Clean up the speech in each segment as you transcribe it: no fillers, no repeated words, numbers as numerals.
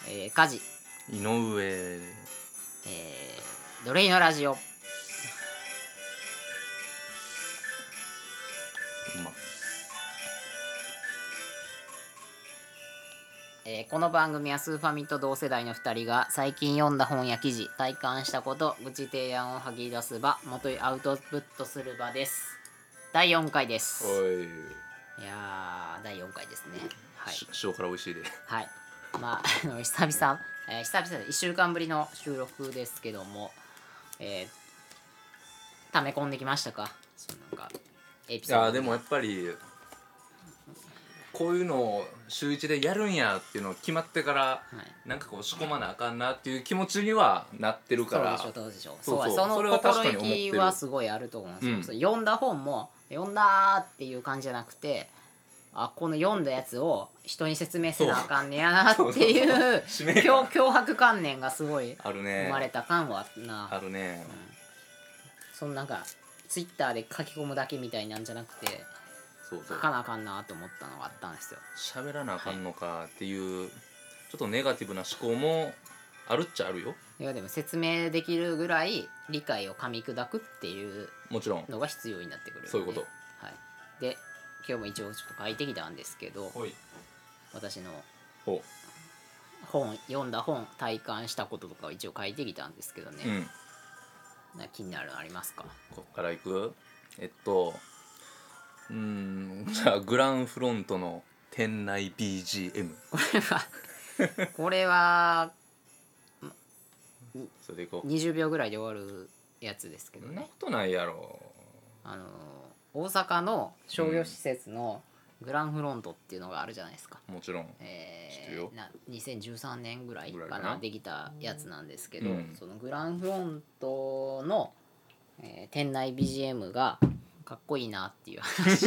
カジ、 井上、 ドレイのラジオ。この番組はスーファミと同世代の2人が最近読んだ本や記事、体感したこと、愚痴提案を吐き出す場、もといアウトプットする場です。第4回です。 おい、 いやー第4回ですね。はい、 塩辛美味しいで。 はい、まあ久々で1週間ぶりの収録ですけども、溜め込んできましたか、そのなんかエピソード。 いやでもやっぱりこういうのを週1でやるんやっていうのを決まってから、 はい、 なんかこう仕込まなあかんなっていう気持ちにはなってるから。 そうでしょ。 そのそれは確かに思ってる。 心意気はすごいあると思うんですよ、 うん、 読んだ本も読んだっていう感じじゃなくて、あ、この読んだやつを人に説明せなあかんねやなっていう脅迫観念がすごい生まれた感はな。 あるね、 そのなんかツイッターで書き込むだけみたいなんじゃなくて、書かなあかんなと思ったのがあったんですよ。 喋らなあかんのかっていう、ちょっとネガティブな思考もあるっちゃあるよ。 いやでも説明できるぐらい理解を噛み砕くっていうもちろんのが必要になってくる、ね、 そういうこと、 はい、で今日も一応ちょっと書いてきたんですけど、私の読んだ本体感したこととかを一応書いてきたんですけどね、気になるのありますか？ こっからいく？じゃあグランフロントの店内 BGM これはそれでいこう。 20秒ぐらいで終わるやつですけどそんなね。 ことないやろ。 大阪の商業施設のグランフロントっていうのがあるじゃないですか。 もちろん、知ってるよ。 2013年ぐらいかなできたやつなんですけど、 うん、 そのグランフロントの、店内 BGM がかっこいいなっていう話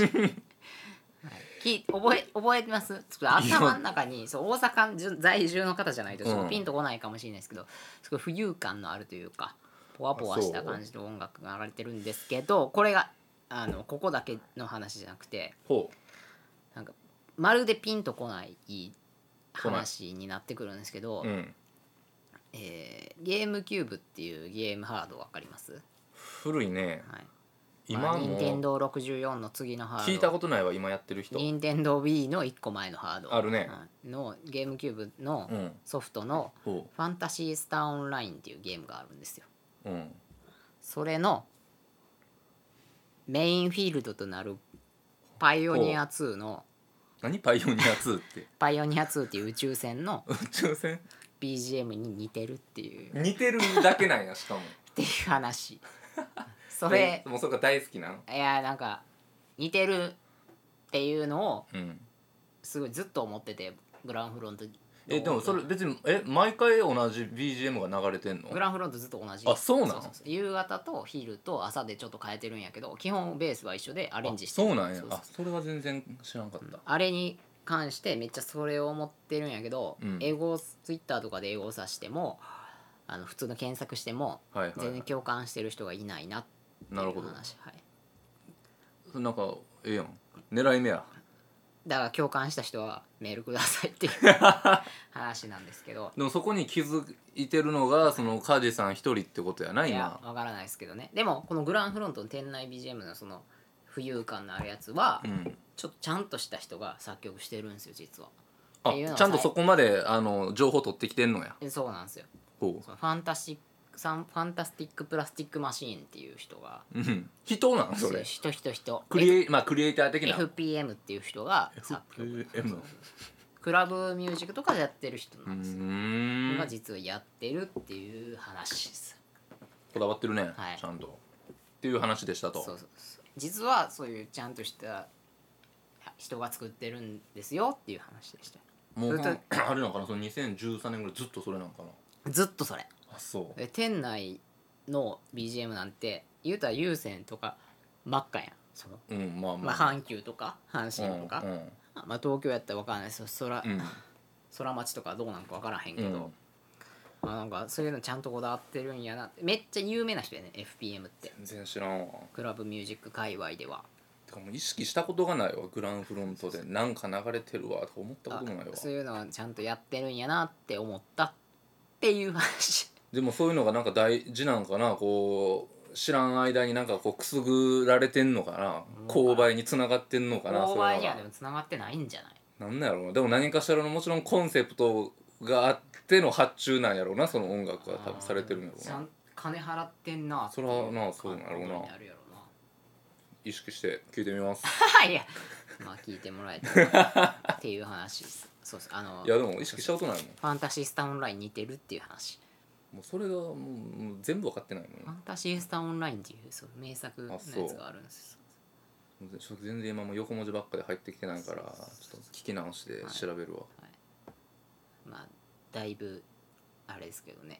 覚えてます？頭の中にそう大阪在住の方じゃないとちょっとピンとこないかもしれないですけど、すごい浮遊感のあるというかポワポワした感じの音楽が流れてるんですけど、これがここだけの話じゃなくて、なんかまるでピンとこない話になってくるんですけど、ゲームキューブっていうゲームハード分かります？ 古いね、はい、今も任天堂64の次のハード、 聞いたことないわ今やってる人。 任天堂 Wii の1個前のハードあるね、 のゲームキューブのソフトのファンタシースターオンラインっていうゲームがあるんですよ、それのメインフィールドとなるパイオニア2の何パイオニア2ってパイオニア2っていう宇宙船の宇宙船 BGM に似てるっていう、 似てるだけなんやしかもっていう話それもうそれが大好きなの？ いやなんか似てるっていうのをすごいずっと思ってて、グランフロントでもそれ別に毎回同じ BGM が流れてんの？ グランフロントずっと同じ。 あ、そうなの？ 夕方と昼と朝でちょっと変えてるんやけど、基本ベースは一緒でアレンジしてる。 そうなんや。それは全然知らんかった。 あれに関してめっちゃそれを思ってるんやけど、英語ツイッターとかで英語を指しても普通の検索しても全然共感してる人がいないなっていう話。なるほど。はい。 なんかええやん。狙い目や。 だから共感した人はメールくださいっていう話なんですけど、 でもそこに気づいてるのがそのカジさん一人ってことやな今。 いやわからないですけどね。でもこのグランフロントの店内 BGM のその浮遊感のあるやつは、ちょっとちゃんとした人が作曲してるんですよ実は。 ちゃんとそこまで情報取ってきてんのや。 そうなんですよ。そのファンタスティックプラスティックマシーンっていう人が、 人なんそれ？ 人クリエイター的な FPM っていう人が作曲、クラブミュージックとかでやってる人なんですよが実はやってるっていう話です。 こだわってるね、ちゃんとっていう話でしたと。 そう実はそういうちゃんとした人が作ってるんですよっていう話でした。 もうあれなのかな、その2013年ぐらいずっとそれなのかな。 ずっとそれ。 あ、そう。 店内の BGM なんて言うたら有線とか真っ赤やん。その阪急とか阪神とか、東京やったら分からないですよ。空町とかどうなんか分からへんけど、なんかそういうのちゃんとこだわってるんやなって。めっちゃ有名な人やね FPM って。 全然知らんわ。 クラブミュージック界隈では。 てかもう意識したことがないわ。グランフロントでなんか流れてるわとか思ったこともないわ。 そういうのをちゃんとやってるんやなって思ったっていう話。 でもそういうのがなんか大事なんかな。こう知らん間になんかこうくすぐられてんのかな。購買につながってんのかな。 購買にはそういうのがでもつながってないんじゃない？ なんなんやろうな。でも何かしらのもちろんコンセプトがあっての発注なんやろうな。その音楽が多分されてるんやろうな。 ちゃん金払ってんなってそらなそうなるな。 なるやろな。 意識して聞いてみます。 いやまあ聞いてもらえたらっていう話です。そうそういやでも意識したことないもん。 ファンタシスタオンライン似てるっていう話。 もうそれがもう全部分かってないもファンタシスタオンラインっていうそう名作のやつがあるんですよ。 ん。全然今も横文字ばっかで入ってきてないからちょっと聞き直して調べるわ。 まあだいぶあれですけどね、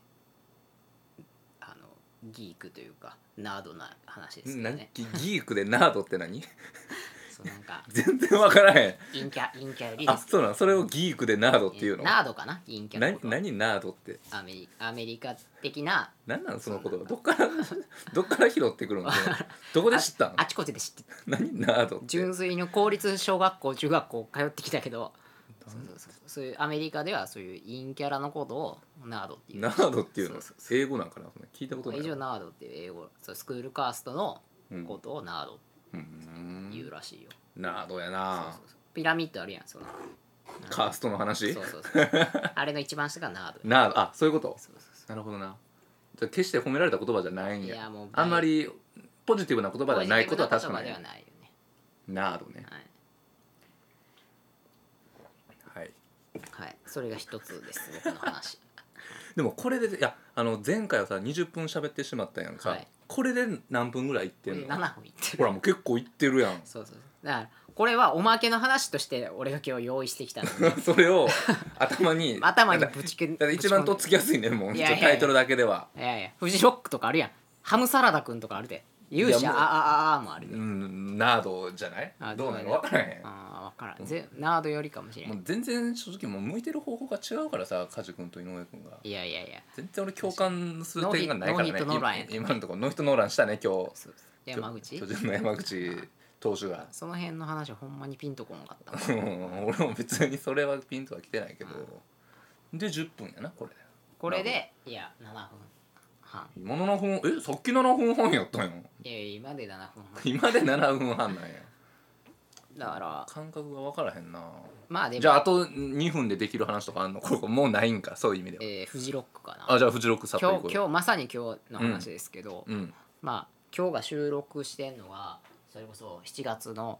ギークというかナードな話ですけどね。 ギークでナードって何？ そうなんか全然分からへん。 陰キャよりあ、そうなの。それをギークでナードっていうの？ ナードかな、陰キャのこと。 何ナードって。 アメリカ的な。 何なのその言葉。どっから拾ってくるの？どこで知ったん？ あちこちで知ってた。 何ナードって。 純粋の公立小学校中学校通ってきたけど、そういうアメリカではそういう陰キャラのことをナードっていう。 ナードっていうの英語なんかな。聞いたことない。 一応ナードっていう英語、そうスクールカーストのことをナードって言うらしいよ。 ナードやな。 ピラミッドあるやん、そのカーストの話。 そうあれの一番下がナード。 ナード、あ、そういうこと。なるほどな。じゃあ決して褒められた言葉じゃないんや。 いやもうあんまりポジティブな言葉ではないことは確かに。 ポジティブな言葉ではないよね。 ナードね。 はい、 はい。 はい、それが一つです僕の話。 でもこれでいや前回はさ20分喋ってしまったやんか、 はい、 これで何分ぐらいいってんの？ 7分いってる。 ほらもう結構いってるやん。 そうだからこれはおまけの話として俺が今日用意してきたのでそれを頭にぶち込んで。 だから一番とっつきやすいねもういやいやいやタイトルだけでは。 いやフジロックとかあるやん。ハムサラダくんとかあるで。勇者もあるで。 ナードじゃない？どうなの分からへん。 分からん。ナードよりかもしれん。 もう全然正直もう向いてる方向が違うからさ、梶君と井上君が。 いや全然俺共感する点がないからね。 ノーヒットノーランや今のところノーヒットノーランしたね今日。 山口巨人の山口投手が。 その辺の話ほんまにピンとこなかった俺も別にそれはピンとは来てないけど、で10分やなこれでいや7分半。 今7分さっき7分半やったんや。 いや今で7分半。 今で7分半なんや。 だから感覚が分からへんな。 まあでもじゃああと2分でできる話とかあんの？これもうないんかそういう意味では。 フジロックかな。 あ、じゃあフジロックさっといこうよ。 今日まさに今日の話ですけど、まあ今日が収録してんのはそれこそ7月の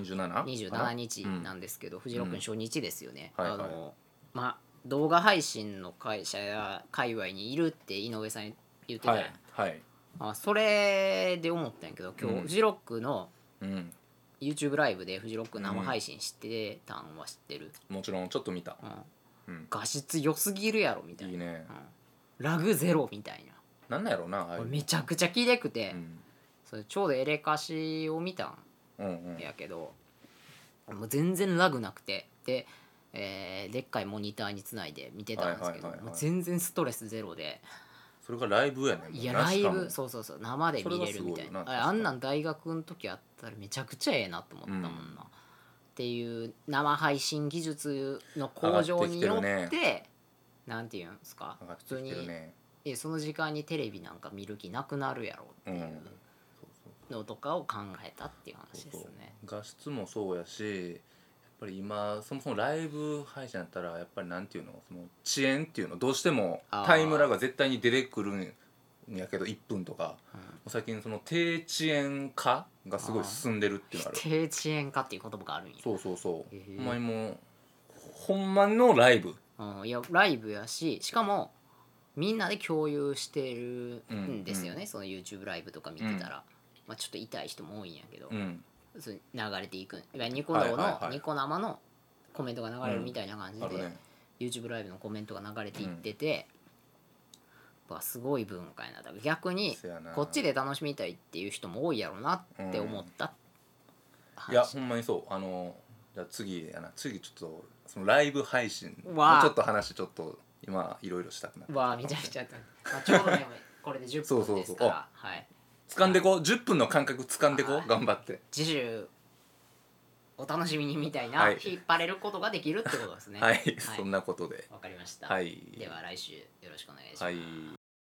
27日なんですけど、フジロックの初日ですよね。まあ動画配信の会社や界隈にいるって井上さん言ってたやん。それで思ったんやけど、今日フジロックの YouTube ライブでフジロック生配信してたんは知ってる？ もちろんちょっと見た。 画質良すぎるやろみたいな。 いいね。 ラグゼロみたいな。 なんなんやろうな。 めちゃくちゃ綺麗くて、それちょうどエレカシを見たんやけど、もう全然ラグなくて、でっかいモニターにつないで見てたんですけど、もう全然ストレスゼロで。 それがライブやねん。 いやライブそう生で見れるみたいな。あんなん大学の時あったらめちゃくちゃええなと思ったもんな、っていう生配信技術の向上によってなんていうんですか、普通にその時間にテレビなんか見る気なくなるやろっていうのとかを考えたっていう話ですね。 画質もそうやし、やっぱり今そもそもライブ配信やったらやっぱりなんていうの、その遅延っていうのどうしてもタイムラグが絶対に出てくるんやけど1分とか、最近その低遅延化がすごい進んでるっていうのがある。 低遅延化っていう言葉があるんや。 そうほんまにもうほんまのライブ、 いやライブやし、しかもみんなで共有してるんですよね、その YouTube ライブとか見てたら、まあ、ちょっと痛い人も多いんやけど、それ流れていくニコ動のニコ生のコメントが流れるみたいな感じで、YouTube ライブのコメントが流れていってて、すごい文化やな。だから逆にこっちで楽しみたいっていう人も多いやろなって思った、 いやほんまにそう。じゃあ次ちょっとそのライブ配信もちょっと話ちょっと今いろいろしたくなってめちゃくちゃちょうどねこれで10分ですから、 掴んでこう10分の間隔掴んでこう頑張って。 次週お楽しみにみたいな、 はい引っ張れることができるってことですね。 はい、そんなことで。 わかりました。 はいでは来週よろしくお願いします。 はい。